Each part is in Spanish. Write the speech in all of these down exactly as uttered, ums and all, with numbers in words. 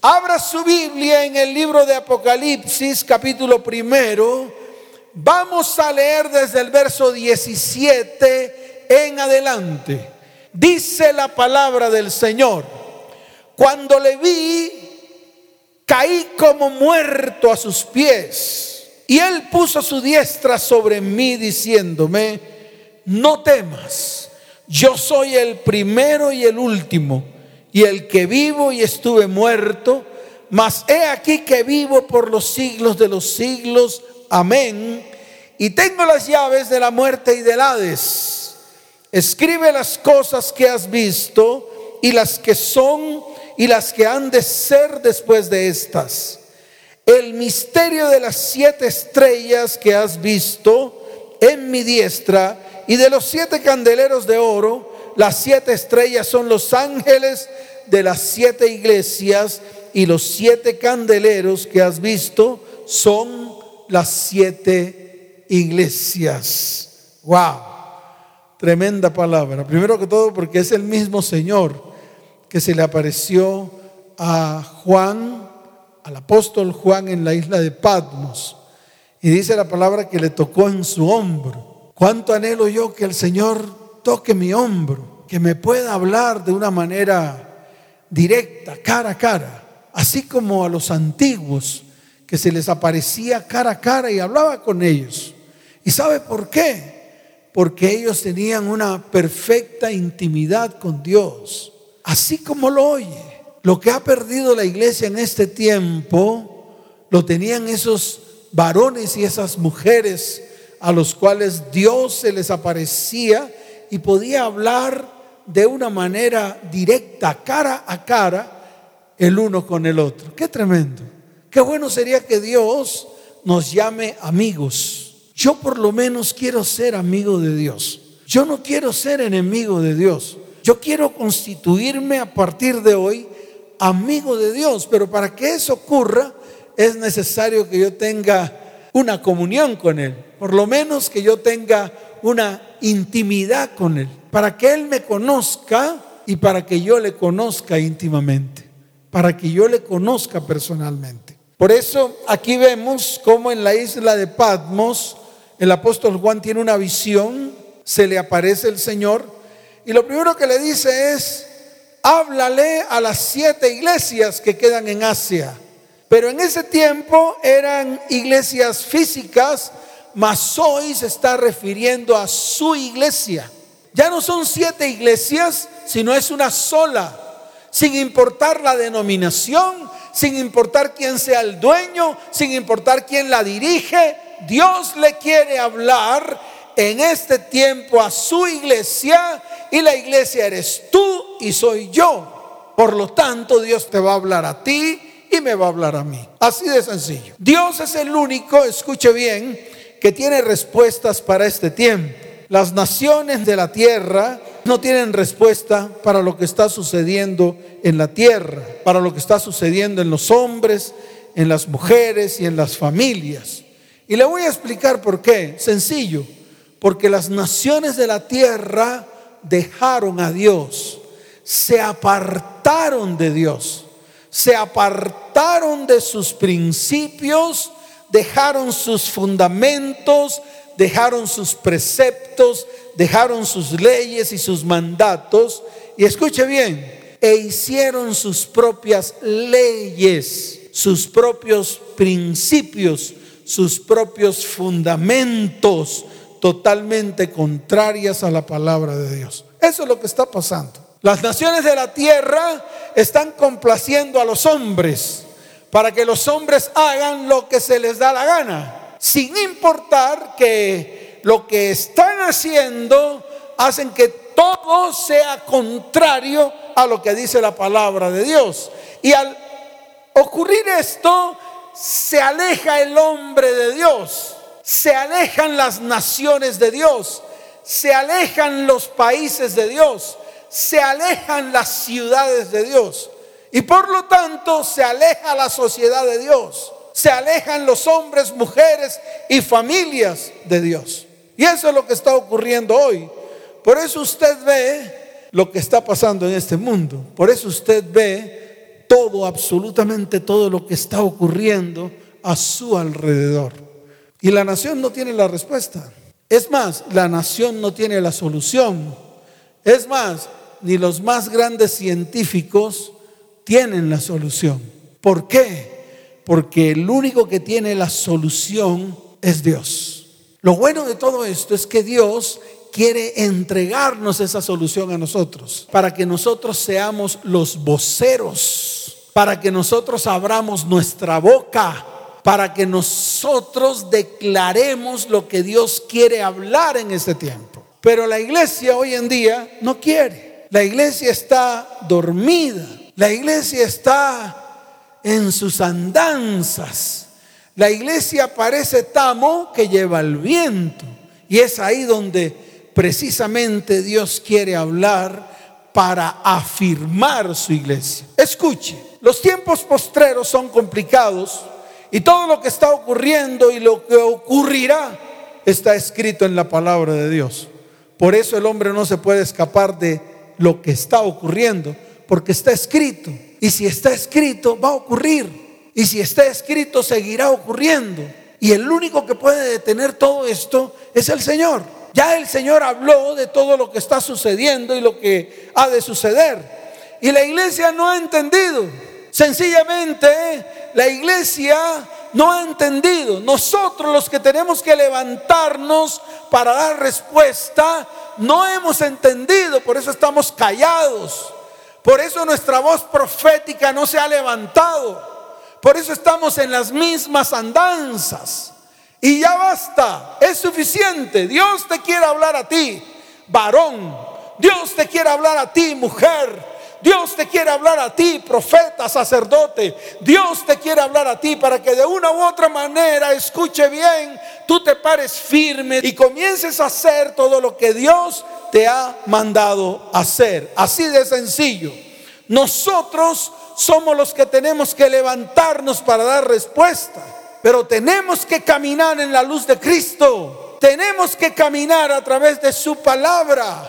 Abra su Biblia en el libro de Apocalipsis, capítulo primero. Vamos a leer desde el verso diecisiete en adelante. Dice la palabra del Señor: cuando le vi, caí como muerto a sus pies, y él puso su diestra sobre mí, diciéndome: no temas, yo soy el primero y el último, y el que vivo y estuve muerto, mas he aquí que vivo por los siglos de los siglos. Amén. Y tengo las llaves de la muerte y del Hades. Escribe las cosas que has visto, y las que son, y las que han de ser después de estas. El misterio de las siete estrellas que has visto en mi diestra, y de los siete candeleros de oro. Las siete estrellas son los ángeles de las siete iglesias, y los siete candeleros que has visto son las siete iglesias. Wow, tremenda palabra. Primero que todo, porque es el mismo Señor que se le apareció a Juan, al apóstol Juan, en la isla de Patmos, y dice la palabra que le tocó en su hombro. Cuánto anhelo yo que el Señor toque mi hombro, que me pueda hablar de una manera directa, cara a cara, así como a los antiguos, que se les aparecía cara a cara y hablaba con ellos. ¿Y sabe por qué? Porque ellos tenían una perfecta intimidad con Dios, así como lo oye. Lo que ha perdido la iglesia en este tiempo, lo tenían esos varones y esas mujeres a los cuales Dios se les aparecía y podía hablar de una manera directa, cara a cara, el uno con el otro. Qué tremendo. Qué bueno sería que Dios nos llame amigos. Yo por lo menos quiero ser amigo de Dios. Yo no quiero ser enemigo de Dios. Yo quiero constituirme a partir de hoy amigo de Dios. Pero para que eso ocurra es necesario que yo tenga una comunión con Él. Por lo menos que yo tenga una intimidad con Él, para que Él me conozca y para que yo le conozca íntimamente, para que yo le conozca personalmente. Por eso aquí vemos cómo en la isla de Patmos el apóstol Juan tiene una visión, se le aparece el Señor, y lo primero que le dice es: háblale a las siete iglesias que quedan en Asia. Pero en ese tiempo eran iglesias físicas, mas hoy se está refiriendo a su iglesia. Ya no son siete iglesias, sino es una sola, sin importar la denominación, sin importar quién sea el dueño, sin importar quién la dirige. Dios le quiere hablar en este tiempo a su iglesia, y la iglesia eres tú y soy yo. Por lo tanto, Dios te va a hablar a ti y me va a hablar a mí. Así de sencillo. Dios es el único, escuche bien, que tiene respuestas para este tiempo. Las naciones de la tierra no tienen respuesta para lo que está sucediendo en la tierra, para lo que está sucediendo en los hombres, en las mujeres y en las familias. Y le voy a explicar por qué. Sencillo, porque las naciones de la tierra dejaron a Dios, se apartaron de Dios, se apartaron de sus principios, dejaron sus fundamentos, dejaron sus preceptos, dejaron sus leyes y sus mandatos, y escuche bien, e hicieron sus propias leyes, sus propios principios, sus propios fundamentos, totalmente contrarias a la palabra de Dios. Eso es lo que está pasando. Las naciones de la tierra están complaciendo a los hombres para que los hombres hagan lo que se les da la gana, sin importar que lo que están haciendo hacen que todo sea contrario a lo que dice la palabra de Dios. Y al ocurrir esto, se aleja el hombre de Dios, se alejan las naciones de Dios, se alejan los países de Dios, se alejan las ciudades de Dios, y por lo tanto se aleja la sociedad de Dios, se alejan los hombres, mujeres y familias de Dios. Y eso es lo que está ocurriendo hoy. Por eso usted ve lo que está pasando en este mundo. Por eso usted ve todo, absolutamente todo lo que está ocurriendo a su alrededor. Y la nación no tiene la respuesta. Es más, la nación no tiene la solución. Es más, ni los más grandes científicos tienen la solución. ¿Por qué? Porque el único que tiene la solución es Dios. Lo bueno de todo esto es que Dios quiere entregarnos esa solución a nosotros, para que nosotros seamos los voceros, para que nosotros abramos nuestra boca, para que nosotros declaremos lo que Dios quiere hablar en este tiempo. Pero la iglesia hoy en día no quiere. La iglesia está dormida. La iglesia está en sus andanzas. La iglesia parece tamo que lleva el viento. Y es ahí donde precisamente Dios quiere hablar para afirmar su iglesia. Escuche, los tiempos postreros son complicados y todo lo que está ocurriendo y lo que ocurrirá está escrito en la palabra de Dios. Por eso el hombre no se puede escapar de lo que está ocurriendo, porque está escrito. Y si está escrito, va a ocurrir. Y si está escrito, seguirá ocurriendo. Y el único que puede detener todo esto es el Señor. Ya el Señor habló de todo lo que está sucediendo y lo que ha de suceder. Y la iglesia no ha entendido. Sencillamente, la iglesia no ha entendido. Nosotros, los que tenemos que levantarnos para dar respuesta, no hemos entendido. Por eso estamos callados. Por eso nuestra voz profética no se ha levantado. Por eso estamos en las mismas andanzas. Y ya basta, es suficiente. Dios te quiere hablar a ti, varón. Dios te quiere hablar a ti, mujer. Dios te quiere hablar a ti, profeta, sacerdote. Dios te quiere hablar a ti para que de una u otra manera, escuche bien, tú te pares firme y comiences a hacer todo lo que Dios te ha mandado hacer. Así de sencillo. Nosotros somos los que tenemos que levantarnos para dar respuesta. Pero tenemos que caminar en la luz de Cristo. Tenemos que caminar a través de su palabra.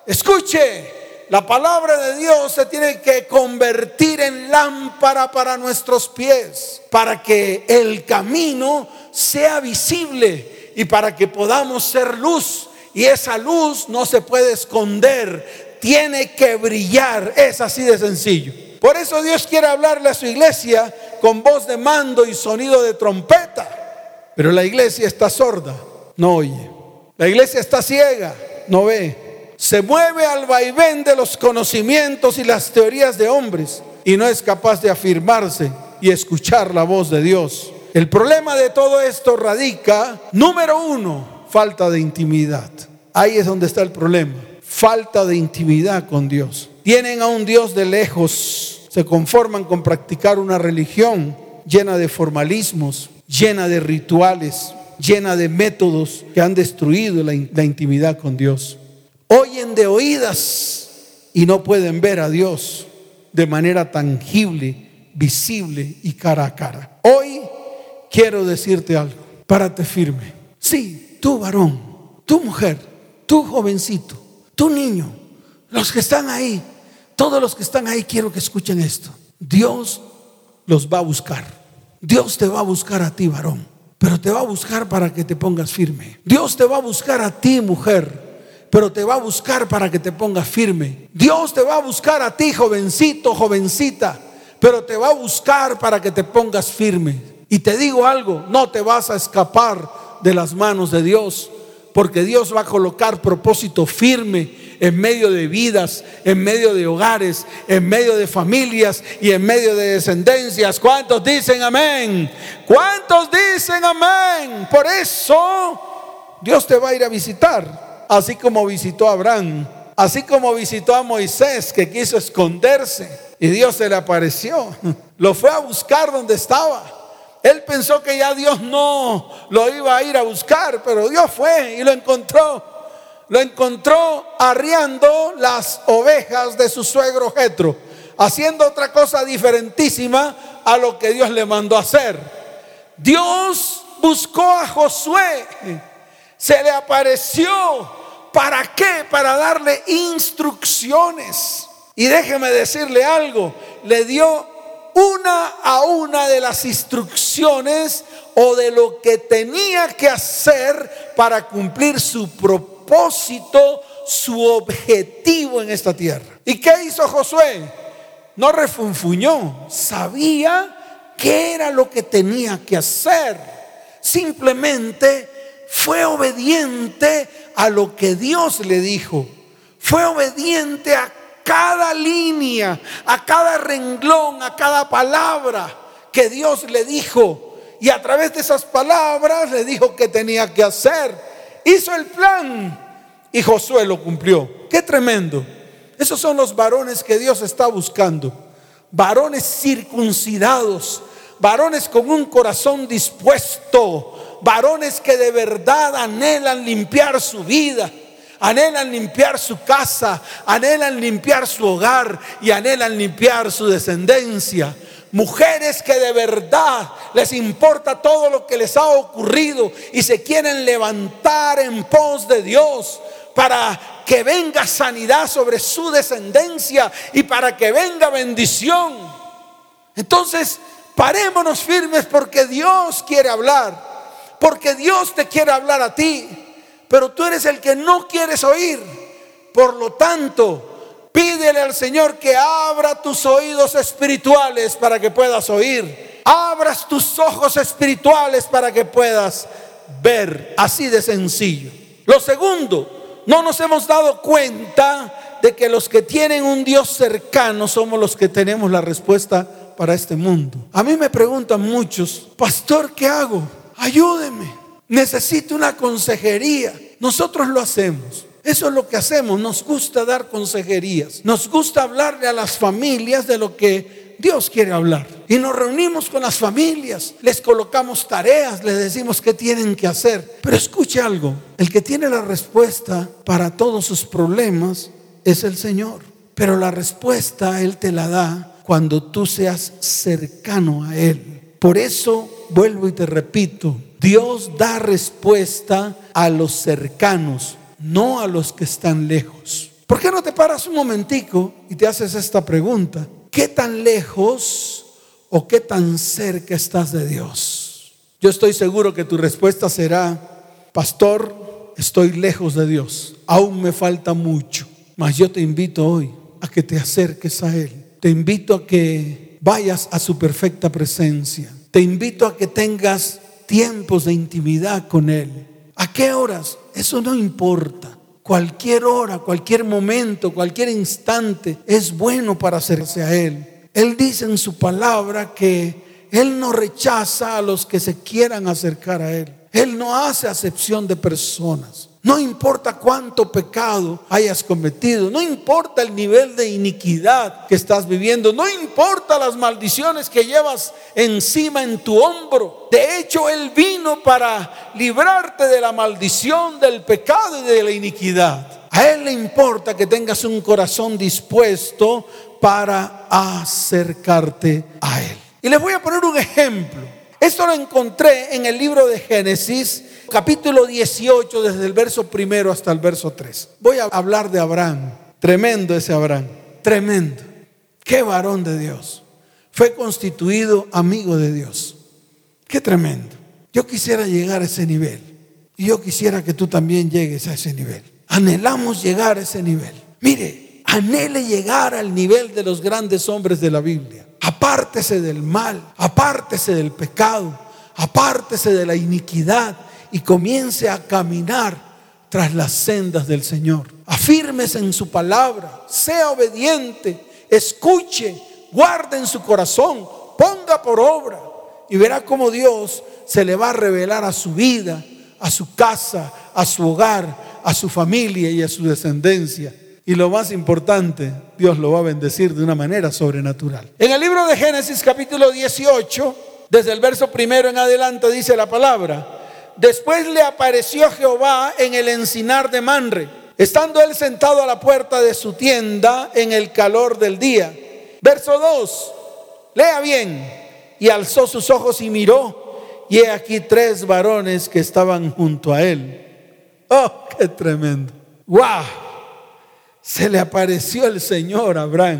Escuche, la palabra de Dios se tiene que convertir en lámpara para nuestros pies, para que el camino sea visible y para que podamos ser luz. Y esa luz no se puede esconder, tiene que brillar. Es así de sencillo. Por eso Dios quiere hablarle a su iglesia con voz de mando y sonido de trompeta. Pero la iglesia está sorda, no oye. La iglesia está ciega, no ve. Se mueve al vaivén de los conocimientos y las teorías de hombres y no es capaz de afirmarse y escuchar la voz de Dios. El problema de todo esto radica, número uno, falta de intimidad. Ahí es donde está el problema. Falta de intimidad con Dios. Tienen a un Dios de lejos, se conforman con practicar una religión llena de formalismos, llena de rituales, llena de métodos que han destruido la, la intimidad con Dios. Oyen de oídas y no pueden ver a Dios de manera tangible, visible y cara a cara. Hoy quiero decirte algo, párate firme. Sí, tú varón, tú mujer, tú jovencito, tú niño, los que están ahí, todos los que están ahí, quiero que escuchen esto. Dios los va a buscar. Dios te va a buscar a ti, varón, pero te va a buscar para que te pongas firme. Dios te va a buscar a ti, mujer, pero te va a buscar para que te pongas firme. Dios te va a buscar a ti, jovencito, jovencita, pero te va a buscar para que te pongas firme. Y te digo algo, no te vas a escapar de las manos de Dios, porque Dios va a colocar propósito firme en medio de vidas, en medio de hogares, en medio de familias y en medio de descendencias. ¿Cuántos dicen amén? ¿Cuántos dicen amén? Por eso Dios te va a ir a visitar, así como visitó a Abraham, así como visitó a Moisés, que quiso esconderse y Dios se le apareció. Lo fue a buscar donde estaba. Él pensó que ya Dios no lo iba a ir a buscar, pero Dios fue y lo encontró. Lo encontró arriando las ovejas de su suegro Jetro, haciendo otra cosa diferentísima a lo que Dios le mandó a hacer. Dios buscó a Josué, se le apareció. ¿Para qué? Para darle instrucciones. Y déjeme decirle algo, le dio una a una de las instrucciones o de lo que tenía que hacer para cumplir su propósito, su objetivo en esta tierra. ¿Y qué hizo Josué? No refunfuñó, sabía qué era lo que tenía que hacer. Simplemente fue obediente a lo que Dios le dijo. Fue obediente a cada línea, a cada renglón, a cada palabra que Dios le dijo. Y a través de esas palabras le dijo que tenía que hacer. Hizo el plan y Josué lo cumplió. ¡Qué tremendo! Esos son los varones que Dios está buscando. Varones circuncidados, varones con un corazón dispuesto, varones que de verdad anhelan limpiar su vida, anhelan limpiar su casa, anhelan limpiar su hogar y anhelan limpiar su descendencia. Mujeres que de verdad les importa todo lo que les ha ocurrido y se quieren levantar en pos de Dios para que venga sanidad sobre su descendencia y para que venga bendición. Entonces, parémonos firmes porque Dios quiere hablar, porque Dios te quiere hablar a ti, pero tú eres el que no quieres oír. Por lo tanto, pídele al Señor que abra tus oídos espirituales para que puedas oír. Abras tus ojos espirituales para que puedas ver. Así de sencillo. Lo segundo, no nos hemos dado cuenta de que los que tienen un Dios cercano somos los que tenemos la respuesta para este mundo. A mí me preguntan muchos: pastor, ¿qué hago? Ayúdeme, necesito una consejería. Nosotros lo hacemos. Eso es lo que hacemos. Nos gusta dar consejerías. Nos gusta hablarle a las familias de lo que Dios quiere hablar. Y nos reunimos con las familias, les colocamos tareas, les decimos qué tienen que hacer. Pero escuche algo: el que tiene la respuesta para todos sus problemas es el Señor. Pero la respuesta Él te la da cuando tú seas cercano a Él. Por eso, vuelvo y te repito, Dios da respuesta a los cercanos, no a los que están lejos. ¿Por qué no te paras un momentico y te haces esta pregunta? ¿Qué tan lejos o qué tan cerca estás de Dios? Yo estoy seguro que tu respuesta será: pastor, estoy lejos de Dios, aún me falta mucho. Mas yo te invito hoy a que te acerques a Él. Te invito a que vayas a su perfecta presencia. Te invito a que tengas tiempos de intimidad con Él. ¿A qué horas? Eso no importa. Cualquier hora, cualquier momento, cualquier instante es bueno para acercarse a Él. Él dice en su palabra que Él no rechaza a los que se quieran acercar a Él. Él no hace acepción de personas. No importa cuánto pecado hayas cometido, no importa el nivel de iniquidad que estás viviendo, no importa las maldiciones que llevas encima en tu hombro. De hecho, Él vino para librarte de la maldición, del pecado y de la iniquidad. A Él le importa que tengas un corazón dispuesto para acercarte a Él. Y les voy a poner un ejemplo. Esto lo encontré en el libro de Génesis, capítulo dieciocho, desde el verso primero hasta el verso tres. Voy a hablar de Abraham. Tremendo ese Abraham, tremendo. Qué varón de Dios. Fue constituido amigo de Dios. Qué tremendo. Yo quisiera llegar a ese nivel. Y yo quisiera que tú también llegues a ese nivel. Anhelamos llegar a ese nivel. Mire, anhele llegar al nivel de los grandes hombres de la Biblia. Apártese del mal, apártese del pecado, apártese de la iniquidad y comience a caminar tras las sendas del Señor. Afírmese en su palabra, sea obediente, escuche, guarde en su corazón, ponga por obra y verá cómo Dios se le va a revelar a su vida, a su casa, a su hogar, a su familia y a su descendencia. Y lo más importante, Dios lo va a bendecir de una manera sobrenatural. En el libro de Génesis capítulo dieciocho, desde el verso primero en adelante, dice la palabra: después le apareció Jehová en el encinar de Manre, estando él sentado a la puerta de su tienda en el calor del día. Verso dos, lea bien: y alzó sus ojos y miró, y he aquí tres varones que estaban junto a él. ¡Oh, qué tremendo! ¡Wow! Se le apareció el Señor a Abraham.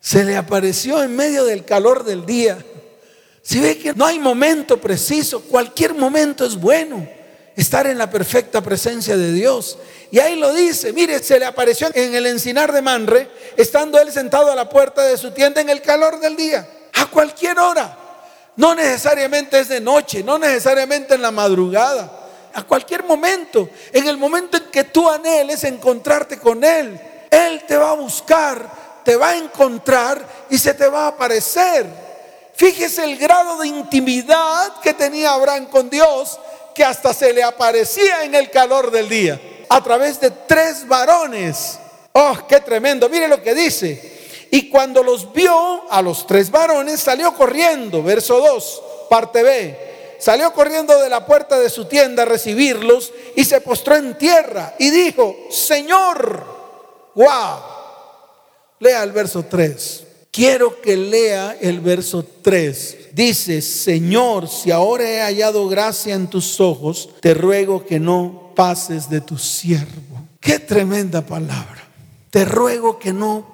Se le apareció en medio del calor del día. Si ve que no hay momento preciso, cualquier momento es bueno. Estar en la perfecta presencia de Dios. Y ahí lo dice, mire, se le apareció en el encinar de Manre, estando él sentado a la puerta de su tienda en el calor del día, a cualquier hora. No necesariamente es de noche, no necesariamente en la madrugada, a cualquier momento. En el momento en que tú anheles encontrarte con Él, Él te va a buscar, te va a encontrar y se te va a aparecer. Fíjese el grado de intimidad que tenía Abraham con Dios, que hasta se le aparecía en el calor del día, a través de tres varones. Oh, qué tremendo. Mire lo que dice. Y cuando los vio a los tres varones, salió corriendo, verso dos, parte B. Salió corriendo de la puerta de su tienda a recibirlos y se postró en tierra y dijo: Señor. Wow. Lea el verso tres. Quiero que lea el verso tres. Dice: Señor, si ahora he hallado gracia en tus ojos, te ruego que no pases de tu siervo. Qué tremenda palabra. Te ruego que no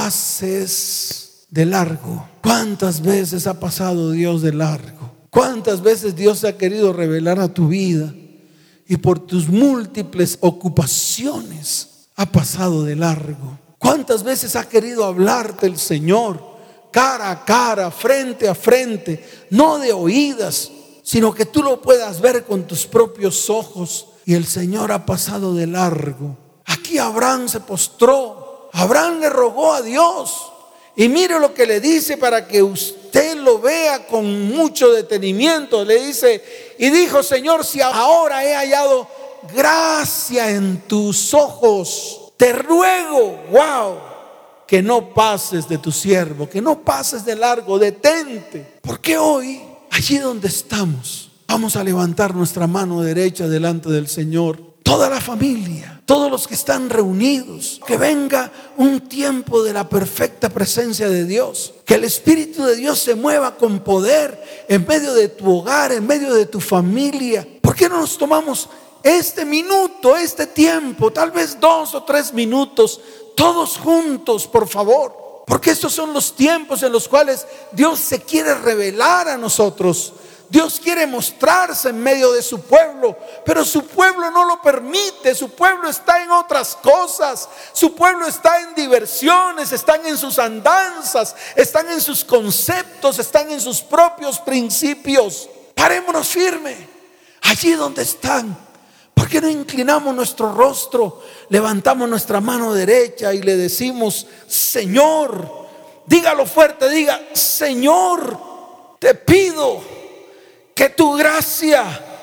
pases de largo. ¿Cuántas veces ha pasado Dios de largo? ¿Cuántas veces Dios se ha querido revelar a tu vida y por tus múltiples ocupaciones ha pasado de largo? ¿Cuántas veces ha querido hablarte el Señor cara a cara, frente a frente, no de oídas, sino que tú lo puedas ver con tus propios ojos, y el Señor ha pasado de largo? Aquí Abraham se postró. Abraham le rogó a Dios, y mire lo que le dice para que usted lo vea con mucho detenimiento. Le dice: y dijo: Señor, si ahora he hallado gracia en tus ojos, te ruego, wow, que no pases de tu siervo, que no pases de largo, detente. Porque hoy, allí donde estamos, vamos a levantar nuestra mano derecha delante del Señor. Toda la familia, todos los que están reunidos, que venga un tiempo de la perfecta presencia de Dios, que el Espíritu de Dios se mueva con poder en medio de tu hogar, en medio de tu familia. ¿Por qué no nos tomamos este minuto, este tiempo, tal vez dos o tres minutos, todos juntos, por favor? Porque estos son los tiempos en los cuales Dios se quiere revelar a nosotros. Dios quiere mostrarse en medio de su pueblo, pero su pueblo no lo permite. Su pueblo está en otras cosas. Su pueblo está en diversiones, están en sus andanzas, están en sus conceptos, están en sus propios principios. Parémonos firme allí donde están. ¿Por qué no inclinamos nuestro rostro, levantamos nuestra mano derecha y le decimos: Señor? Dígalo fuerte, diga: Señor, te pido que tu gracia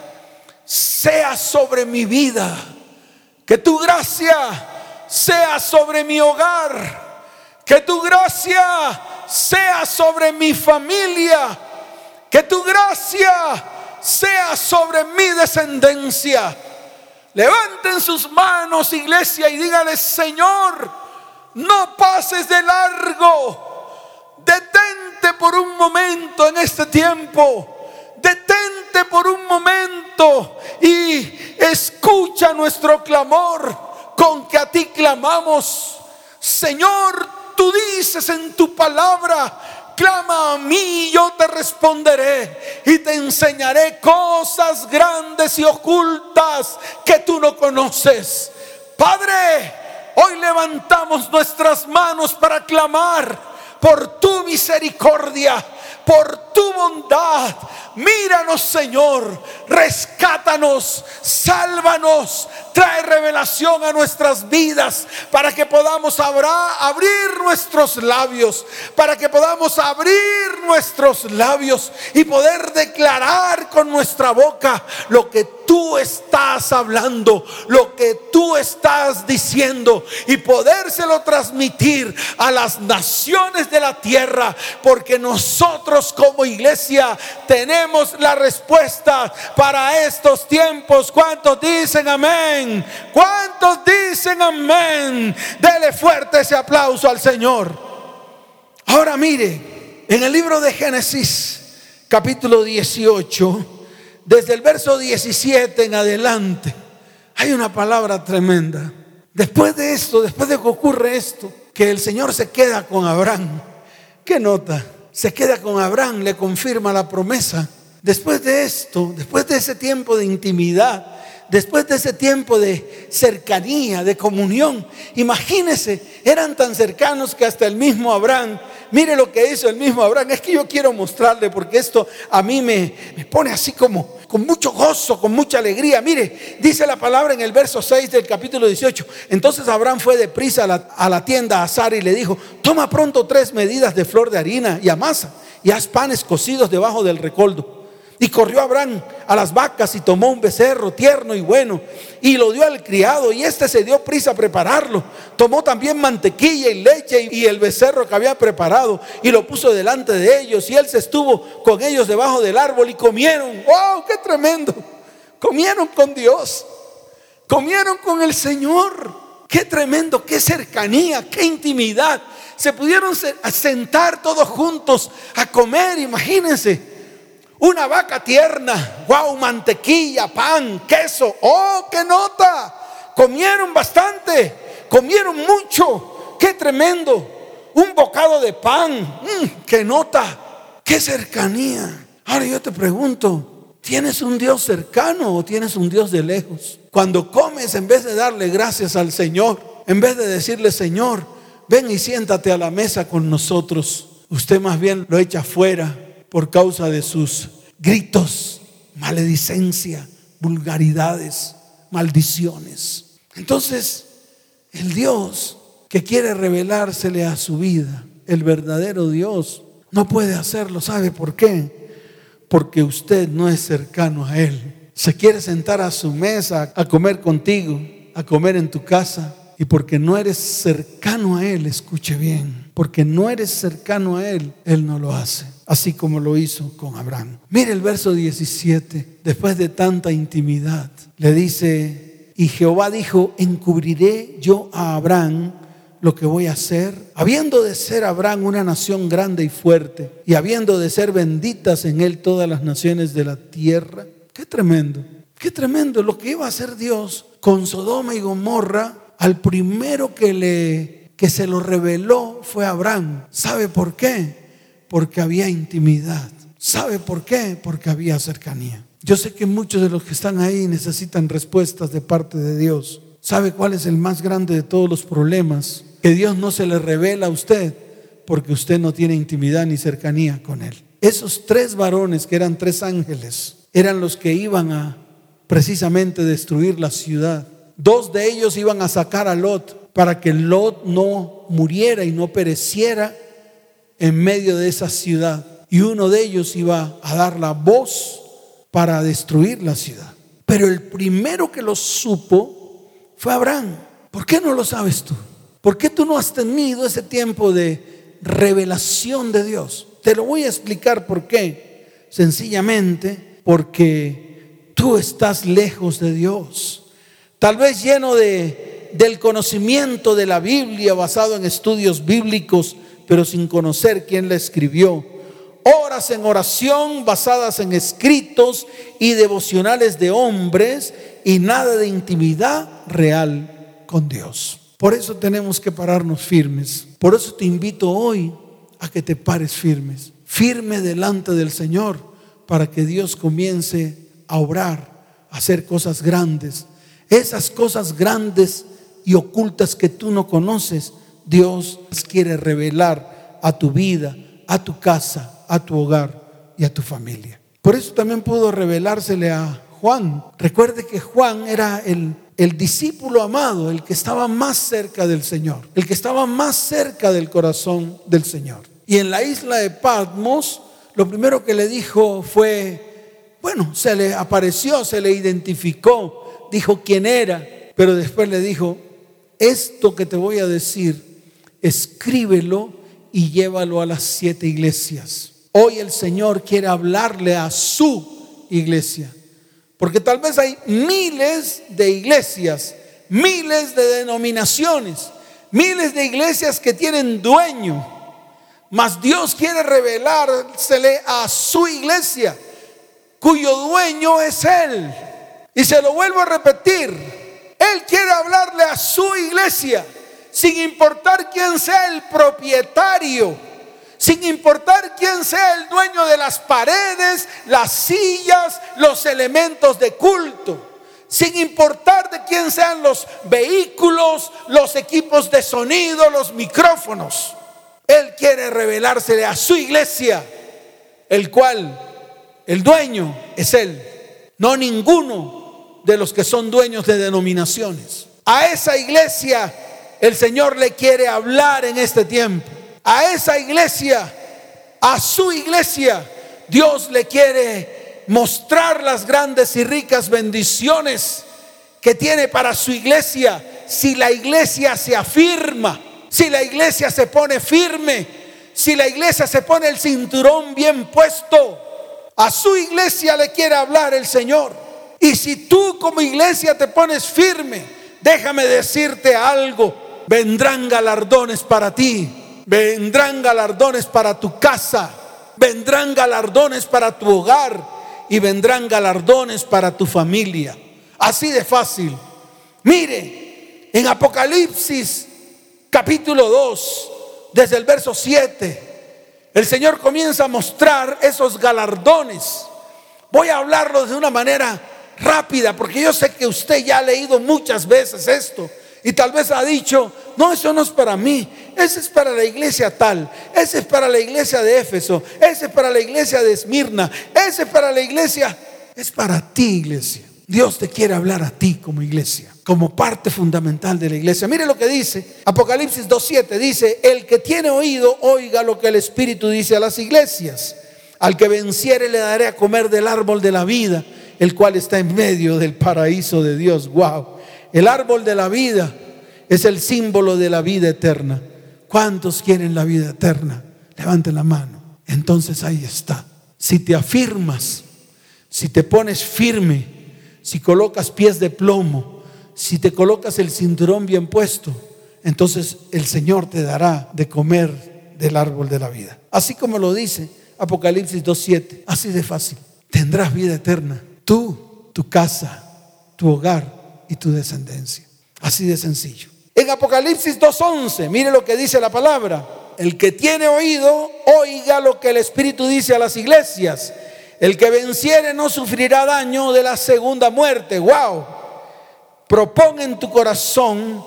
sea sobre mi vida, que tu gracia sea sobre mi hogar, que tu gracia sea sobre mi familia, que tu gracia sea sobre mi descendencia. Levanten sus manos, iglesia, y díganle: Señor, no pases de largo. Detente por un momento en este tiempo. Detente por un momento y escucha nuestro clamor con que a ti clamamos. Señor, tú dices en tu palabra: clama a mí y yo te responderé y te enseñaré cosas grandes y ocultas que tú no conoces. Padre, hoy levantamos nuestras manos para clamar por tu misericordia, por tu bondad. Míranos, Señor, rescátanos, sálvanos, trae revelación a nuestras vidas para que podamos abra, abrir nuestros labios, para que podamos abrir nuestros labios y poder declarar con nuestra boca lo que tú estás hablando, lo que tú estás diciendo, y podérselo transmitir a las naciones de la tierra, porque nosotros como iglesia tenemos la respuesta para estos tiempos. ¿Cuántos dicen amén? ¿Cuántos dicen amén? Dele fuerte ese aplauso al Señor. Ahora mire, en el libro de Génesis capítulo dieciocho, desde el verso diecisiete en adelante, hay una palabra tremenda. Después de esto, después de que ocurre esto, que el Señor se queda con Abraham, ¿Qué nota? Se queda con Abraham, le confirma la promesa. Después de esto, después de ese tiempo de intimidad, después de ese tiempo de cercanía, de comunión, imagínense, eran tan cercanos que hasta el mismo Abraham, mire lo que hizo el mismo Abraham. Es que yo quiero mostrarle, porque esto a mí me, me pone así como con mucho gozo, con mucha alegría. Mire, dice la palabra en el verso seis del capítulo dieciocho. Entonces Abraham fue deprisa a la, a la tienda a Sara y le dijo: toma pronto tres medidas de flor de harina y amasa y haz panes cocidos debajo del recoldo. Y corrió Abraham a las vacas y tomó un becerro tierno y bueno y lo dio al criado, y éste se dio prisa a prepararlo. Tomó también mantequilla y leche y el becerro que había preparado y lo puso delante de ellos, y él se estuvo con ellos debajo del árbol y comieron. ¡Wow! ¡Qué tremendo! Comieron con Dios, comieron con el Señor. ¡Qué tremendo! ¡Qué cercanía! ¡Qué intimidad! Se pudieron sentar todos juntos a comer, imagínense. Una vaca tierna, wow, mantequilla, pan, queso. ¡Oh, qué nota! Comieron bastante, comieron mucho. ¡Qué tremendo! Un bocado de pan, mmm, ¡qué nota! ¡Qué cercanía! Ahora yo te pregunto, ¿tienes un Dios cercano o tienes un Dios de lejos? Cuando comes, en vez de darle gracias al Señor, en vez de decirle: Señor, ven y siéntate a la mesa con nosotros, usted más bien lo echa fuera por causa de sus gritos, maledicencia, vulgaridades, maldiciones. Entonces, el Dios que quiere revelársele a su vida, el verdadero Dios, no puede hacerlo. ¿Sabe por qué? Porque usted no es cercano a Él. Se quiere sentar a su mesa a comer contigo, a comer en tu casa, y porque no eres cercano a Él, escuche bien, porque no eres cercano a Él, Él no lo hace, así como lo hizo con Abraham. Mire el verso diecisiete, después de tanta intimidad, le dice: y Jehová dijo: encubriré yo a Abraham lo que voy a hacer, habiendo de ser Abraham una nación grande y fuerte, y habiendo de ser benditas en él todas las naciones de la tierra. Qué tremendo, qué tremendo lo que iba a hacer Dios con Sodoma y Gomorra. Al primero que le que se lo reveló fue Abraham. ¿Sabe por qué? Porque había intimidad. ¿Sabe por qué? Porque había cercanía. Yo sé que muchos de los que están ahí necesitan respuestas de parte de Dios. ¿Sabe cuál es el más grande de todos los problemas? Que Dios no se le revela a usted porque usted no tiene intimidad ni cercanía con Él. Esos tres varones, que eran tres ángeles, eran los que iban a precisamente destruir la ciudad. Dos de ellos iban a sacar a Lot para que Lot no muriera y no pereciera en medio de esa ciudad. Y uno de ellos iba a dar la voz para destruir la ciudad. Pero el primero que lo supo fue Abraham. ¿Por qué no lo sabes tú? ¿Por qué tú no has tenido ese tiempo de revelación de Dios? Te lo voy a explicar por qué. Sencillamente porque tú estás lejos de Dios. Tal vez lleno de, del conocimiento de la Biblia, basado en estudios bíblicos, pero sin conocer quién la escribió. Horas en oración basadas en escritos y devocionales de hombres, y nada de intimidad real con Dios. Por eso tenemos que pararnos firmes. Por eso te invito hoy a que te pares firmes, firme delante del Señor, para que Dios comience a obrar, a hacer cosas grandes. Esas cosas grandes y ocultas que tú no conoces, Dios quiere revelar a tu vida, a tu casa, a tu hogar y a tu familia. Por eso también pudo revelársele a Juan. Recuerde que Juan era el, el discípulo amado, el que estaba más cerca del Señor, el que estaba más cerca del corazón del Señor. Y en la isla de Patmos, lo primero que le dijo fue, bueno, se le apareció, se le identificó, dijo quién era, pero después le dijo: esto que te voy a decir, escríbelo y llévalo a las siete iglesias. Hoy el Señor quiere hablarle a su iglesia, porque tal vez hay miles de iglesias, miles de denominaciones, miles de iglesias que tienen dueño, mas Dios quiere revelársele a su iglesia, cuyo dueño es Él. Y se lo vuelvo a repetir, Él quiere hablarle a su iglesia, sin importar quién sea el propietario, sin importar quién sea el dueño de las paredes, las sillas, los elementos de culto, sin importar de quién sean los vehículos, los equipos de sonido, los micrófonos. Él quiere revelársele a su iglesia, el cual el dueño es Él, no ninguno de los que son dueños de denominaciones. A esa iglesia el Señor le quiere hablar en este tiempo. A esa iglesia, a su iglesia, Dios le quiere mostrar las grandes y ricas bendiciones que tiene para su iglesia. Si la iglesia se afirma, si la iglesia se pone firme, si la iglesia se pone el cinturón bien puesto, a su iglesia le quiere hablar el Señor. Y si tú como iglesia te pones firme, déjame decirte algo: vendrán galardones para ti. Vendrán galardones para tu casa, vendrán galardones para tu hogar y vendrán galardones para tu familia. Así de fácil. Mire, en Apocalipsis capítulo dos, desde el verso siete, el Señor comienza a mostrar esos galardones. Voy a hablarlo de una manera rápida, porque yo sé que usted ya ha leído muchas veces esto y tal vez ha dicho: no, eso no es para mí, ese es para la iglesia tal, ese es para la iglesia de Éfeso, ese es para la iglesia de Esmirna, ese es para la iglesia. Es para ti, iglesia. Dios te quiere hablar a ti como iglesia, como parte fundamental de la iglesia. Mire lo que dice Apocalipsis dos siete, dice: el que tiene oído, oiga lo que el Espíritu dice a las iglesias. Al que venciere le daré a comer del árbol de la vida, el cual está en medio del paraíso de Dios. Wow. El árbol de la vida es el símbolo de la vida eterna. ¿Cuántos quieren la vida eterna? Levanten la mano. Entonces ahí está. Si te afirmas, si te pones firme, si colocas pies de plomo, si te colocas el cinturón bien puesto, entonces el Señor te dará de comer del árbol de la vida. Así como lo dice Apocalipsis dos siete. Así de fácil. Tendrás vida eterna. Tú, tu casa, tu hogar y tu descendencia. Así de sencillo. En Apocalipsis dos once, mire lo que dice la palabra: el que tiene oído, oiga lo que el Espíritu dice a las iglesias. El que venciere no sufrirá daño de la segunda muerte. Wow. Propón en tu corazón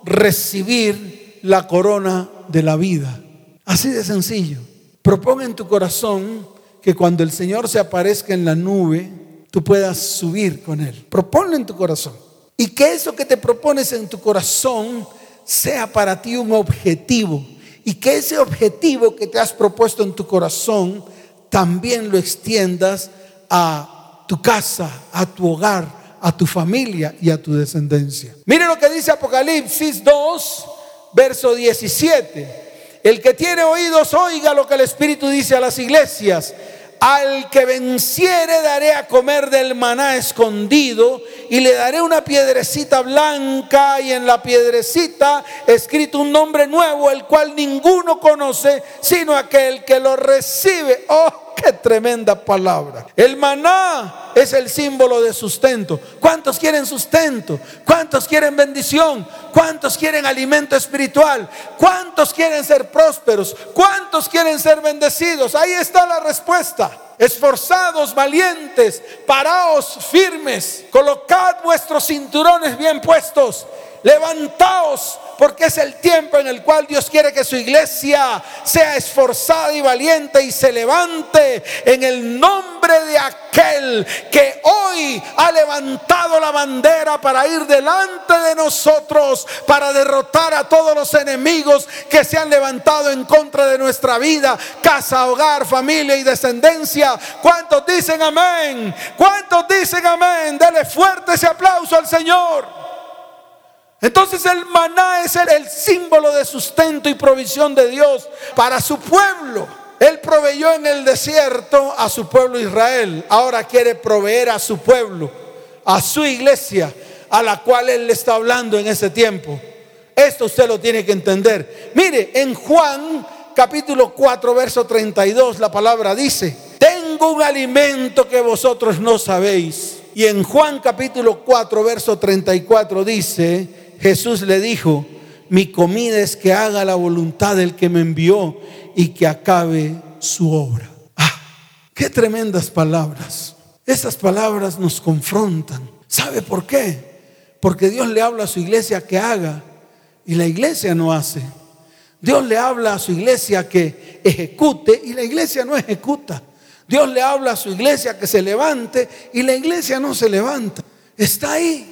recibir la corona de la vida. Así de sencillo. Propón en tu corazón que cuando el Señor se aparezca en la nube, tú puedas subir con Él. Proponlo en tu corazón. Y que eso que te propones en tu corazón sea para ti un objetivo. Y que ese objetivo que te has propuesto en tu corazón también lo extiendas a tu casa, a tu hogar, a tu familia y a tu descendencia. Mire lo que dice Apocalipsis dos, verso diecisiete. El que tiene oídos, oiga lo que el Espíritu dice a las iglesias. Al que venciere daré a comer del maná escondido, y le daré una piedrecita blanca, y en la piedrecita escrito un nombre nuevo, el cual ninguno conoce sino aquel que lo recibe. Oh, qué tremenda palabra. El maná es el símbolo de sustento. ¿Cuántos quieren sustento? ¿Cuántos quieren bendición? ¿Cuántos quieren alimento espiritual? ¿Cuántos quieren ser prósperos? ¿Cuántos quieren ser bendecidos? Ahí está la respuesta. Esforzados, valientes, paraos firmes, colocad vuestros cinturones bien puestos, levantaos, porque es el tiempo en el cual Dios quiere que su iglesia sea esforzada y valiente y se levante en el nombre de aquel que hoy ha levantado la bandera para ir delante de nosotros, para derrotar a todos los enemigos que se han levantado en contra de nuestra vida, casa, hogar, familia y descendencia. ¿Cuántos dicen amén? ¿Cuántos dicen amén? Dele fuerte ese aplauso al Señor. Entonces el maná es el, el símbolo de sustento y provisión de Dios para su pueblo. Él proveyó en el desierto a su pueblo Israel. Ahora quiere proveer a su pueblo, a su iglesia, a la cual Él le está hablando en ese tiempo. Esto usted lo tiene que entender. Mire, en Juan capítulo cuatro, verso treinta y dos, la palabra dice: tengo un alimento que vosotros no sabéis. Y en Juan capítulo cuatro, verso treinta y cuatro dice: Jesús le dijo: mi comida es que haga la voluntad del que me envió y que acabe su obra. ¡Ah! ¡Qué tremendas palabras! Esas palabras nos confrontan. ¿Sabe por qué? Porque Dios le habla a su iglesia que haga y la iglesia no hace. Dios le habla a su iglesia que ejecute y la iglesia no ejecuta. Dios le habla a su iglesia que se levante y la iglesia no se levanta. Está ahí,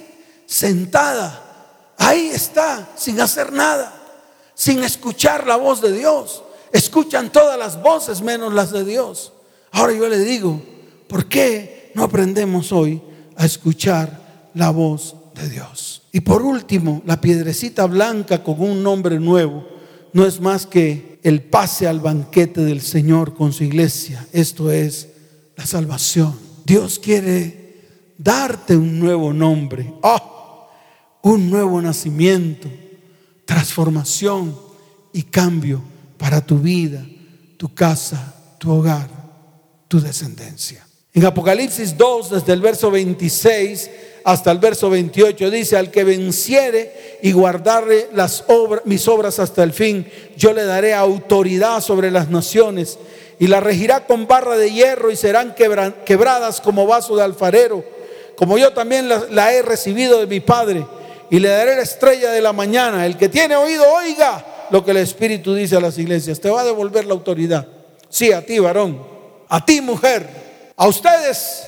sentada. Ahí está, sin hacer nada, sin escuchar la voz de Dios. Escuchan todas las voces menos las de Dios. Ahora yo le digo, ¿por qué no aprendemos hoy a escuchar la voz de Dios? Y por último, la piedrecita blanca con un nombre nuevo no es más que el pase al banquete del Señor con su iglesia. Esto es la salvación. Dios quiere darte un nuevo nombre, oh, un nuevo nacimiento, transformación y cambio para tu vida, tu casa, tu hogar, tu descendencia. En Apocalipsis dos, desde el verso veintiséis hasta el verso veintiocho, dice: al que venciere y guardare las obras, mis obras hasta el fin, yo le daré autoridad sobre las naciones y la regirá con barra de hierro y serán quebra, quebradas como vaso de alfarero, como yo también la, la he recibido de mi Padre, y le daré la estrella de la mañana. El que tiene oído, oiga lo que el Espíritu dice a las iglesias. Te va a devolver la autoridad. Sí, a ti, varón, a ti, mujer, a ustedes,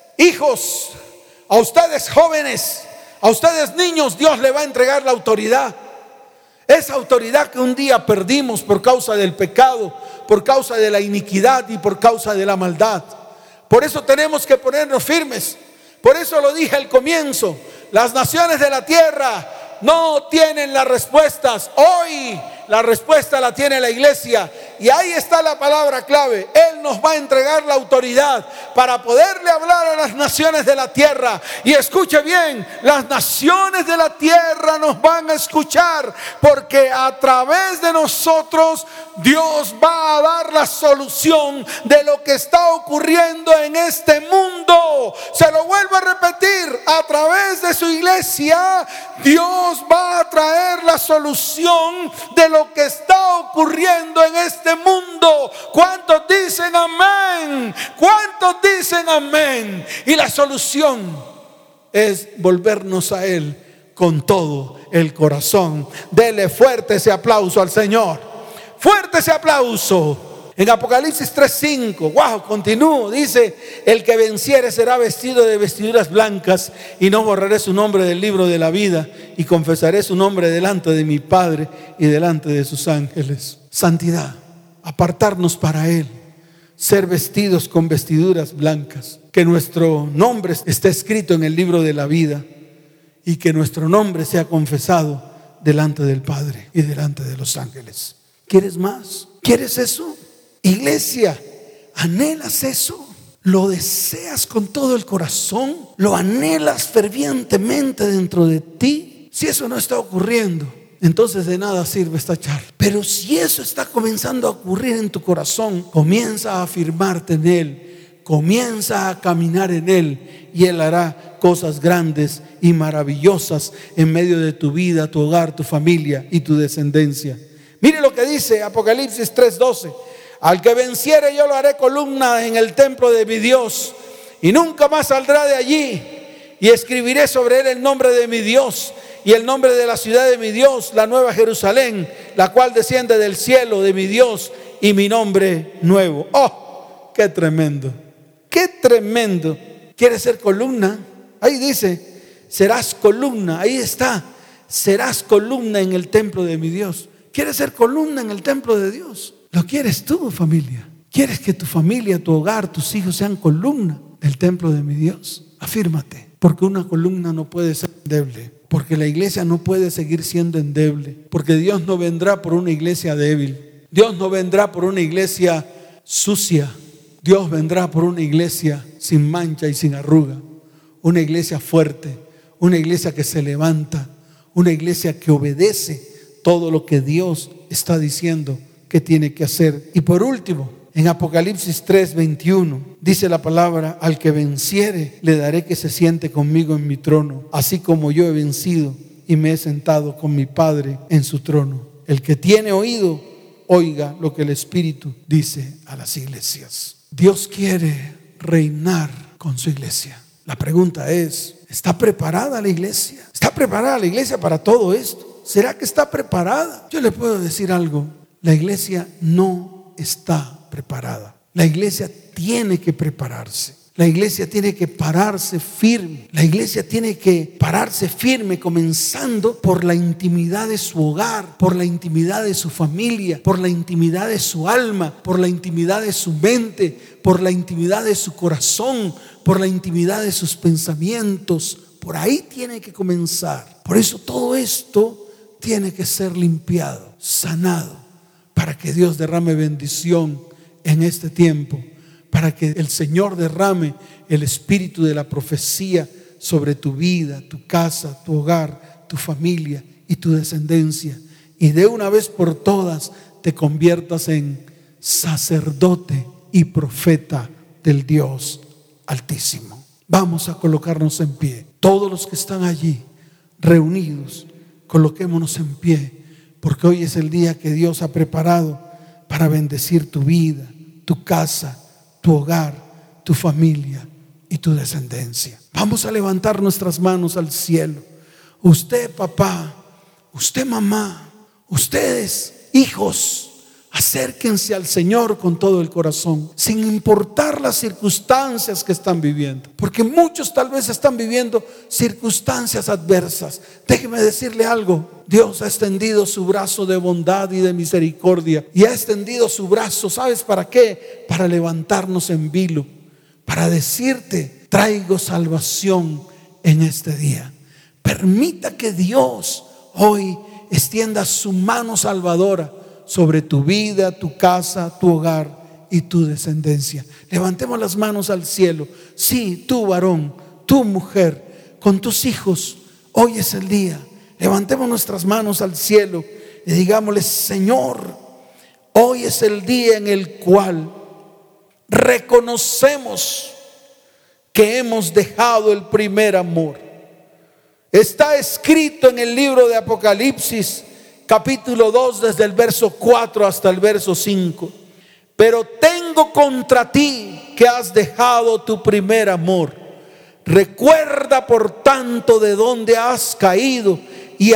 hijos, a ustedes, jóvenes, a ustedes, niños, Dios le va a entregar la autoridad. Esa autoridad que un día perdimos por causa del pecado, por causa de la iniquidad y por causa de la maldad. Por eso tenemos que ponernos firmes. Por eso lo dije al comienzo: las naciones de la tierra no tienen las respuestas. Hoy la respuesta la tiene la iglesia. Y ahí está la palabra clave. Él nos va a entregar la autoridad para poderle hablar a las naciones de la tierra. Y escuche bien, las naciones de la tierra nos van a escuchar, porque a través de nosotros Dios va a dar la solución de lo que está ocurriendo en este mundo. Se lo vuelvo a repetir: a través de su iglesia Dios va a traer la solución de lo que está ocurriendo en este mundo. ¿Cuántos dicen amén? ¿Cuántos dicen amén? Y la solución es volvernos a Él con todo el corazón. Dele fuerte ese aplauso al Señor. Fuerte ese aplauso. En Apocalipsis tres cinco, wow, continúo, dice: el que venciere será vestido de vestiduras blancas, y no borraré su nombre del libro de la vida, y confesaré su nombre delante de mi Padre y delante de sus ángeles. Santidad, apartarnos para Él, ser vestidos con vestiduras blancas, que nuestro nombre esté escrito en el libro de la vida y que nuestro nombre sea confesado delante del Padre y delante de los ángeles. ¿Quieres más? ¿Quieres eso? Iglesia, ¿anhelas eso? ¿Lo deseas con todo el corazón? ¿Lo anhelas fervientemente dentro de ti? Si eso no está ocurriendo, entonces de nada sirve esta charla. Pero si eso está comenzando a ocurrir en tu corazón, comienza a afirmarte en Él, comienza a caminar en Él, y Él hará cosas grandes y maravillosas en medio de tu vida, tu hogar, tu familia y tu descendencia. Mire lo que dice Apocalipsis tres doce: al que venciere yo lo haré columna en el templo de mi Dios, y nunca más saldrá de allí, y escribiré sobre él el nombre de mi Dios y el nombre de la ciudad de mi Dios, la nueva Jerusalén, la cual desciende del cielo de mi Dios, y mi nombre nuevo. ¡Oh, qué tremendo! ¡Qué tremendo! ¿Quieres ser columna? Ahí dice: serás columna. Ahí está: serás columna en el templo de mi Dios. ¿Quieres ser columna en el templo de Dios? ¿Lo quieres tú, familia? ¿Quieres que tu familia, tu hogar, tus hijos sean columna del templo de mi Dios? Afírmate, porque una columna no puede ser endeble, porque la iglesia no puede seguir siendo endeble, porque Dios no vendrá por una iglesia débil, Dios no vendrá por una iglesia sucia, Dios vendrá por una iglesia sin mancha y sin arruga, una iglesia fuerte, una iglesia que se levanta, una iglesia que obedece todo lo que Dios está diciendo que tiene que hacer. Y por último, en Apocalipsis tres veintiuno dice la palabra: al que venciere le daré que se siente conmigo en mi trono, así como yo he vencido y me he sentado con mi Padre en su trono. El que tiene oído, oiga lo que el Espíritu dice a las iglesias. Dios quiere reinar con su iglesia. La pregunta es, ¿está preparada la iglesia? ¿Está preparada la iglesia para todo esto? ¿Será que está preparada? Yo le puedo decir algo, la iglesia no está preparada. La iglesia tiene que prepararse. La iglesia tiene que pararse firme. La iglesia tiene que pararse firme, comenzando por la intimidad de su hogar, por la intimidad de su familia, por la intimidad de su alma, por la intimidad de su mente, por la intimidad de su corazón, por la intimidad de sus pensamientos. Por ahí tiene que comenzar. Por eso todo esto tiene que ser limpiado, sanado, para que Dios derrame bendición en este tiempo, para que el Señor derrame el espíritu de la profecía sobre tu vida, tu casa, tu hogar, tu familia y tu descendencia, y de una vez por todas te conviertas en sacerdote y profeta del Dios Altísimo. Vamos a colocarnos en pie. Todos los que están allí reunidos, coloquémonos en pie, porque hoy es el día que Dios ha preparado para bendecir tu vida, tu casa, tu hogar, tu familia y tu descendencia. Vamos a levantar nuestras manos al cielo. Usted, papá, usted, mamá, ustedes, hijos, acérquense al Señor con todo el corazón, sin importar las circunstancias que están viviendo, porque muchos tal vez están viviendo circunstancias adversas. Déjeme decirle algo, Dios ha extendido su brazo de bondad y de misericordia, y ha extendido su brazo, ¿sabes para qué? Para levantarnos en vilo, para decirte, traigo salvación en este día. Permita que Dios hoy extienda su mano salvadora sobre tu vida, tu casa, tu hogar y tu descendencia. Levantemos las manos al cielo. Sí, tú varón, tú mujer, con tus hijos, hoy es el día. Levantemos nuestras manos al cielo y digámosle: Señor, hoy es el día en el cual reconocemos que hemos dejado el primer amor. Está escrito en el libro de Apocalipsis capítulo dos, desde el verso cuatro hasta el verso cinco. Pero tengo contra ti que has dejado tu primer amor. Recuerda por tanto de dónde has caído y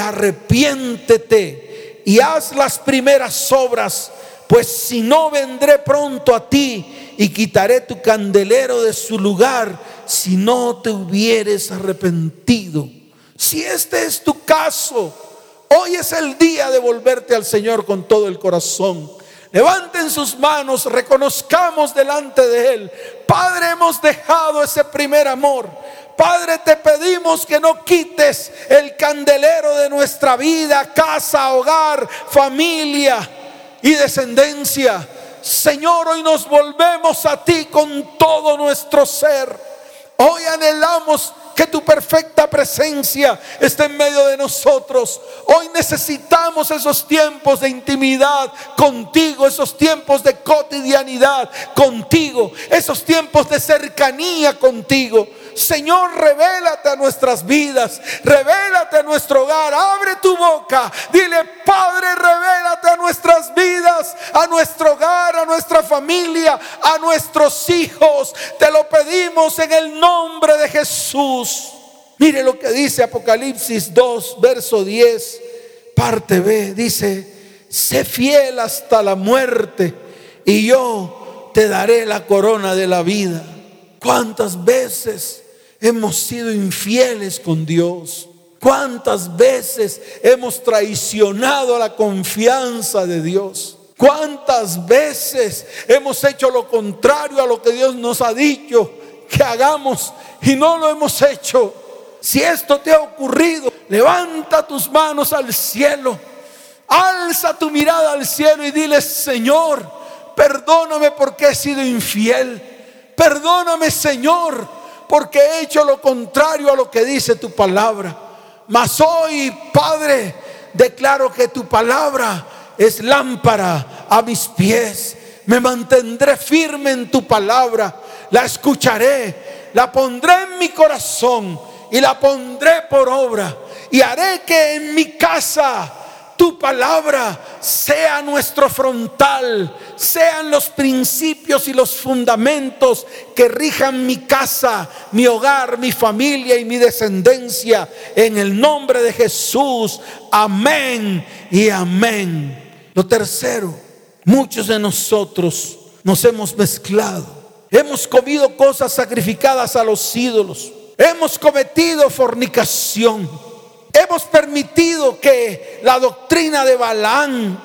arrepiéntete y haz las primeras obras, pues si no, vendré pronto a ti y quitaré tu candelero de su lugar si no te hubieres arrepentido. Si este es tu caso, hoy es el día de volverte al Señor con todo el corazón. Levanten sus manos, reconozcamos delante de Él: Padre, hemos dejado ese primer amor. Padre, te pedimos que no quites el candelero de nuestra vida, casa, hogar, familia y descendencia. Señor, hoy nos volvemos a ti con todo nuestro ser. Hoy anhelamos que tu perfecta presencia esté en medio de nosotros. Hoy necesitamos esos tiempos de intimidad contigo, esos tiempos de cotidianidad contigo, esos tiempos de cercanía contigo. Señor, revélate a nuestras vidas, revélate a nuestro hogar. Abre tu boca, dile: Padre, revélate a nuestras vidas, a nuestro hogar, a nuestra familia, a nuestros hijos. Te lo pedimos en el nombre de Jesús. Mire lo que dice Apocalipsis dos, verso diez, parte B. Dice: sé fiel hasta la muerte y yo te daré la corona de la vida. ¿Cuántas veces hemos sido infieles con Dios? ¿Cuántas veces hemos traicionado la confianza de Dios? ¿Cuántas veces hemos hecho lo contrario a lo que Dios nos ha dicho que hagamos y no lo hemos hecho? Si esto te ha ocurrido, levanta tus manos al cielo, alza tu mirada al cielo y dile: Señor, perdóname porque he sido infiel. Perdóname, Señor, porque he hecho lo contrario a lo que dice tu palabra. Mas hoy, Padre, declaro que tu palabra es lámpara a mis pies. Me mantendré firme en tu palabra. La escucharé, la pondré en mi corazón y la pondré por obra. Y haré que en mi casa tu palabra sea nuestro frontal, sean los principios y los fundamentos que rijan mi casa, mi hogar, mi familia y mi descendencia, en el nombre de Jesús. Amén y amén. Lo tercero, muchos de nosotros nos hemos mezclado, hemos comido cosas sacrificadas a los ídolos, hemos cometido fornicación. Hemos permitido que la doctrina de Balaam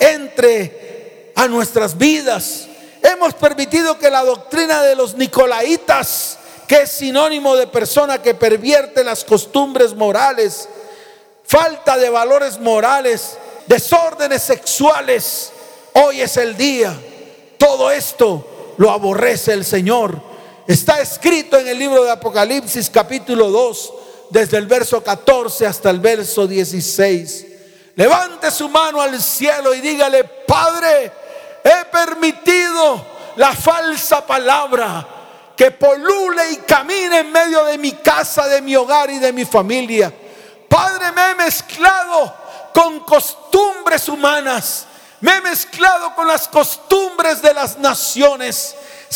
entre a nuestras vidas. Hemos permitido que la doctrina de los nicolaitas, que es sinónimo de persona que pervierte las costumbres morales, falta de valores morales, desórdenes sexuales, hoy es el día. Todo esto lo aborrece el Señor. Está escrito en el libro de Apocalipsis capítulo dos, desde el verso catorce hasta el verso dieciséis. Levante su mano al cielo y dígale: Padre, he permitido la falsa palabra que polule y camine en medio de mi casa, de mi hogar y de mi familia. Padre, me he mezclado con costumbres humanas, me he mezclado con las costumbres de las naciones.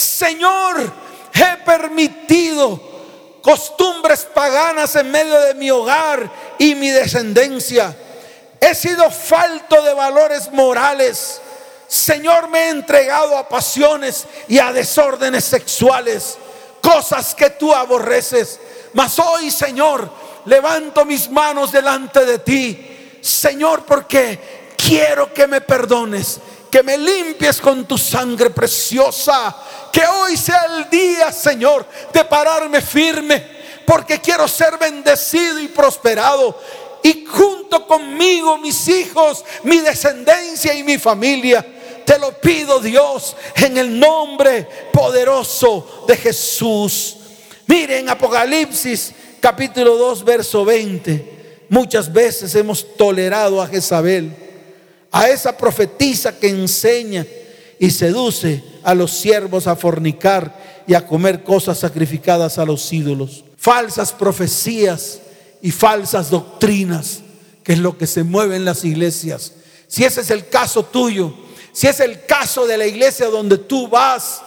Señor, he permitido costumbres paganas en medio de mi hogar y mi descendencia. He sido falto de valores morales. Señor, me he entregado a pasiones y a desórdenes sexuales, cosas que tú aborreces. Mas hoy, Señor, levanto mis manos delante de ti, Señor, porque quiero que me perdones, que me limpies con tu sangre preciosa. Que hoy sea el día, Señor, de pararme firme, porque quiero ser bendecido y prosperado, y junto conmigo mis hijos, mi descendencia y mi familia. Te lo pido, Dios, en el nombre poderoso de Jesús. Miren Apocalipsis capítulo dos verso veinte. Muchas veces hemos tolerado a Jezabel, a esa profetisa que enseña y seduce a los siervos a fornicar y a comer cosas sacrificadas a los ídolos. Falsas profecías y falsas doctrinas, que es lo que se mueve en las iglesias. Si ese es el caso tuyo, si es el caso de la iglesia donde tú vas,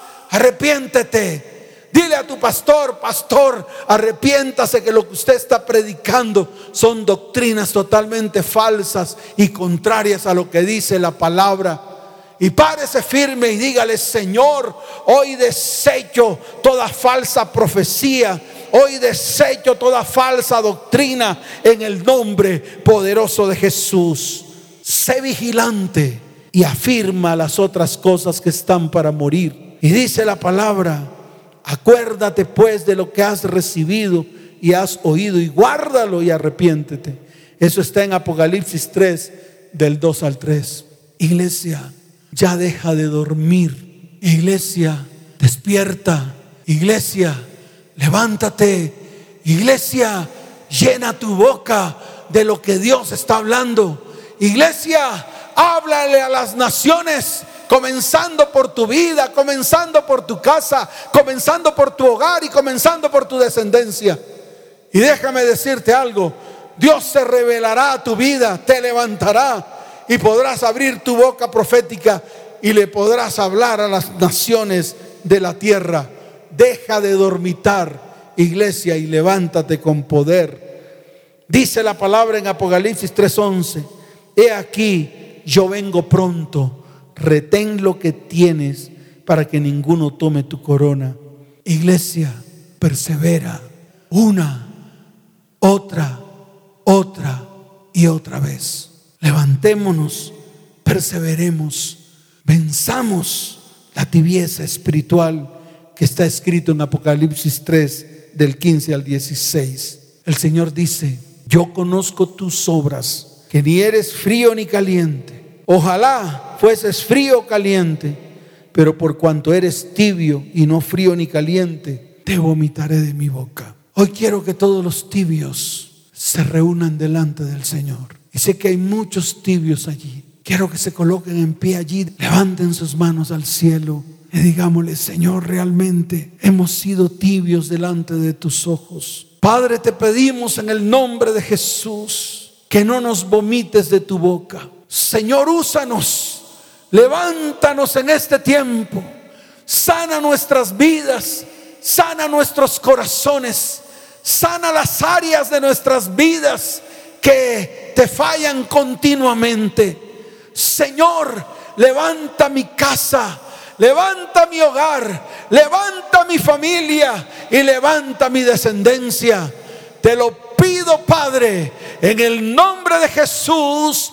arrepiéntete. Dile a tu pastor: pastor, arrepiéntase, que lo que usted está predicando son doctrinas totalmente falsas y contrarias a lo que dice la palabra. Y párese firme y dígale: Señor, hoy desecho toda falsa profecía, hoy desecho toda falsa doctrina en el nombre poderoso de Jesús. Sé vigilante y afirma las otras cosas que están para morir. Y dice la palabra: acuérdate pues de lo que has recibido y has oído, y guárdalo y arrepiéntete. Eso está en Apocalipsis tres, del dos al tres. Iglesia, ya deja de dormir. Iglesia, despierta. Iglesia, levántate. Iglesia, llena tu boca de lo que Dios está hablando. Iglesia, háblale a las naciones, comenzando por tu vida, comenzando por tu casa, comenzando por tu hogar y comenzando por tu descendencia. Y déjame decirte algo: Dios se revelará a tu vida, te levantará, y podrás abrir tu boca profética y le podrás hablar a las naciones de la tierra. Deja de dormitar, iglesia, y levántate con poder. Dice la palabra en Apocalipsis tres once: he aquí, yo vengo pronto, retén lo que tienes para que ninguno tome tu corona. Iglesia, persevera una, otra, otra y otra vez. Levantémonos, perseveremos, venzamos la tibieza espiritual que está escrito en Apocalipsis tres, del quince al dieciséis. El Señor dice: yo conozco tus obras, que ni eres frío ni caliente. Ojalá fueses frío o caliente, pero por cuanto eres tibio y no frío ni caliente, te vomitaré de mi boca. Hoy quiero que todos los tibios se reúnan delante del Señor. Y sé que hay muchos tibios allí. Quiero que se coloquen en pie allí, levanten sus manos al cielo y digámosle: Señor, realmente hemos sido tibios delante de tus ojos. Padre, te pedimos en el nombre de Jesús que no nos vomites de tu boca, Señor, úsanos, levántanos en este tiempo, sana nuestras vidas, sana nuestros corazones, sana las áreas de nuestras vidas que te fallan continuamente. Señor, levanta mi casa, levanta mi hogar, levanta mi familia y levanta mi descendencia. Te lo pido, Padre, en el nombre de Jesús.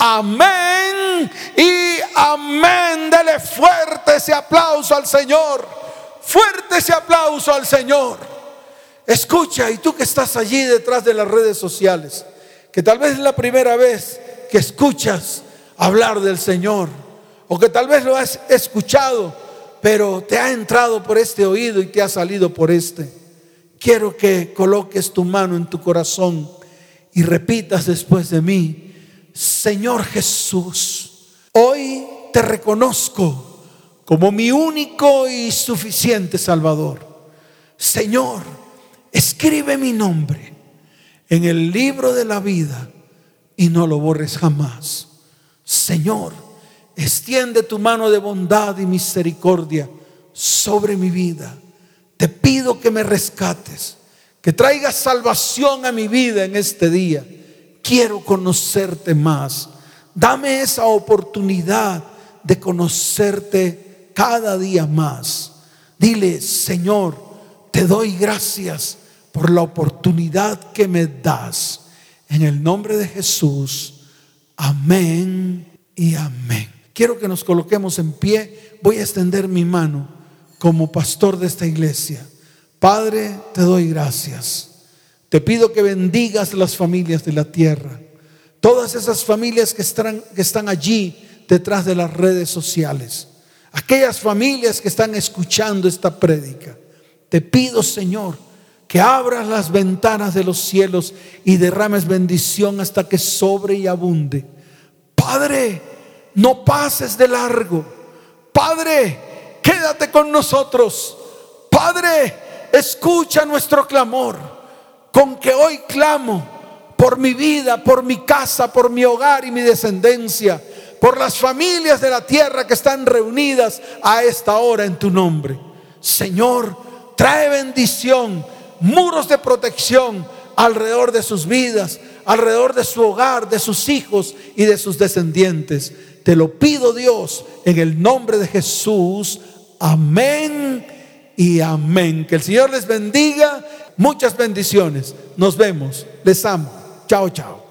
Amén y amén. Dele fuerte ese aplauso al Señor. Fuerte ese aplauso al Señor. Escucha, y tú que estás allí detrás de las redes sociales, que tal vez es la primera vez que escuchas hablar del Señor, o que tal vez lo has escuchado, pero te ha entrado por este oído y te ha salido por este. Quiero que coloques tu mano en tu corazón y repitas después de mí: Señor Jesús, hoy te reconozco como mi único y suficiente Salvador. Señor, escribe mi nombre en el libro de la vida y no lo borres jamás. Señor, extiende tu mano de bondad y misericordia sobre mi vida. Te pido que me rescates, que traigas salvación a mi vida en este día. Quiero conocerte más. Dame esa oportunidad de conocerte cada día más. Dile: Señor, te doy gracias por la oportunidad que me das. En el nombre de Jesús. Amén y amén. Quiero que nos coloquemos en pie. Voy a extender mi mano como pastor de esta iglesia. Padre, te doy gracias. Te pido que bendigas las familias de la tierra, todas esas familias que están, que están allí detrás de las redes sociales, aquellas familias que están escuchando esta prédica. Te pido, Señor, que abras las ventanas de los cielos y derrames bendición hasta que sobre y abunde. Padre, no pases de largo. Padre, quédate con nosotros. Padre, escucha nuestro clamor, con que hoy clamo por mi vida, por mi casa, por mi hogar y mi descendencia, por las familias de la tierra que están reunidas a esta hora en tu nombre. Señor, trae bendición, muros de protección alrededor de sus vidas, alrededor de su hogar, de sus hijos y de sus descendientes. Te lo pido, Dios, en el nombre de Jesús. Amén y amén. Que el Señor les bendiga. Muchas bendiciones. Nos vemos. Les amo. Chao, chao.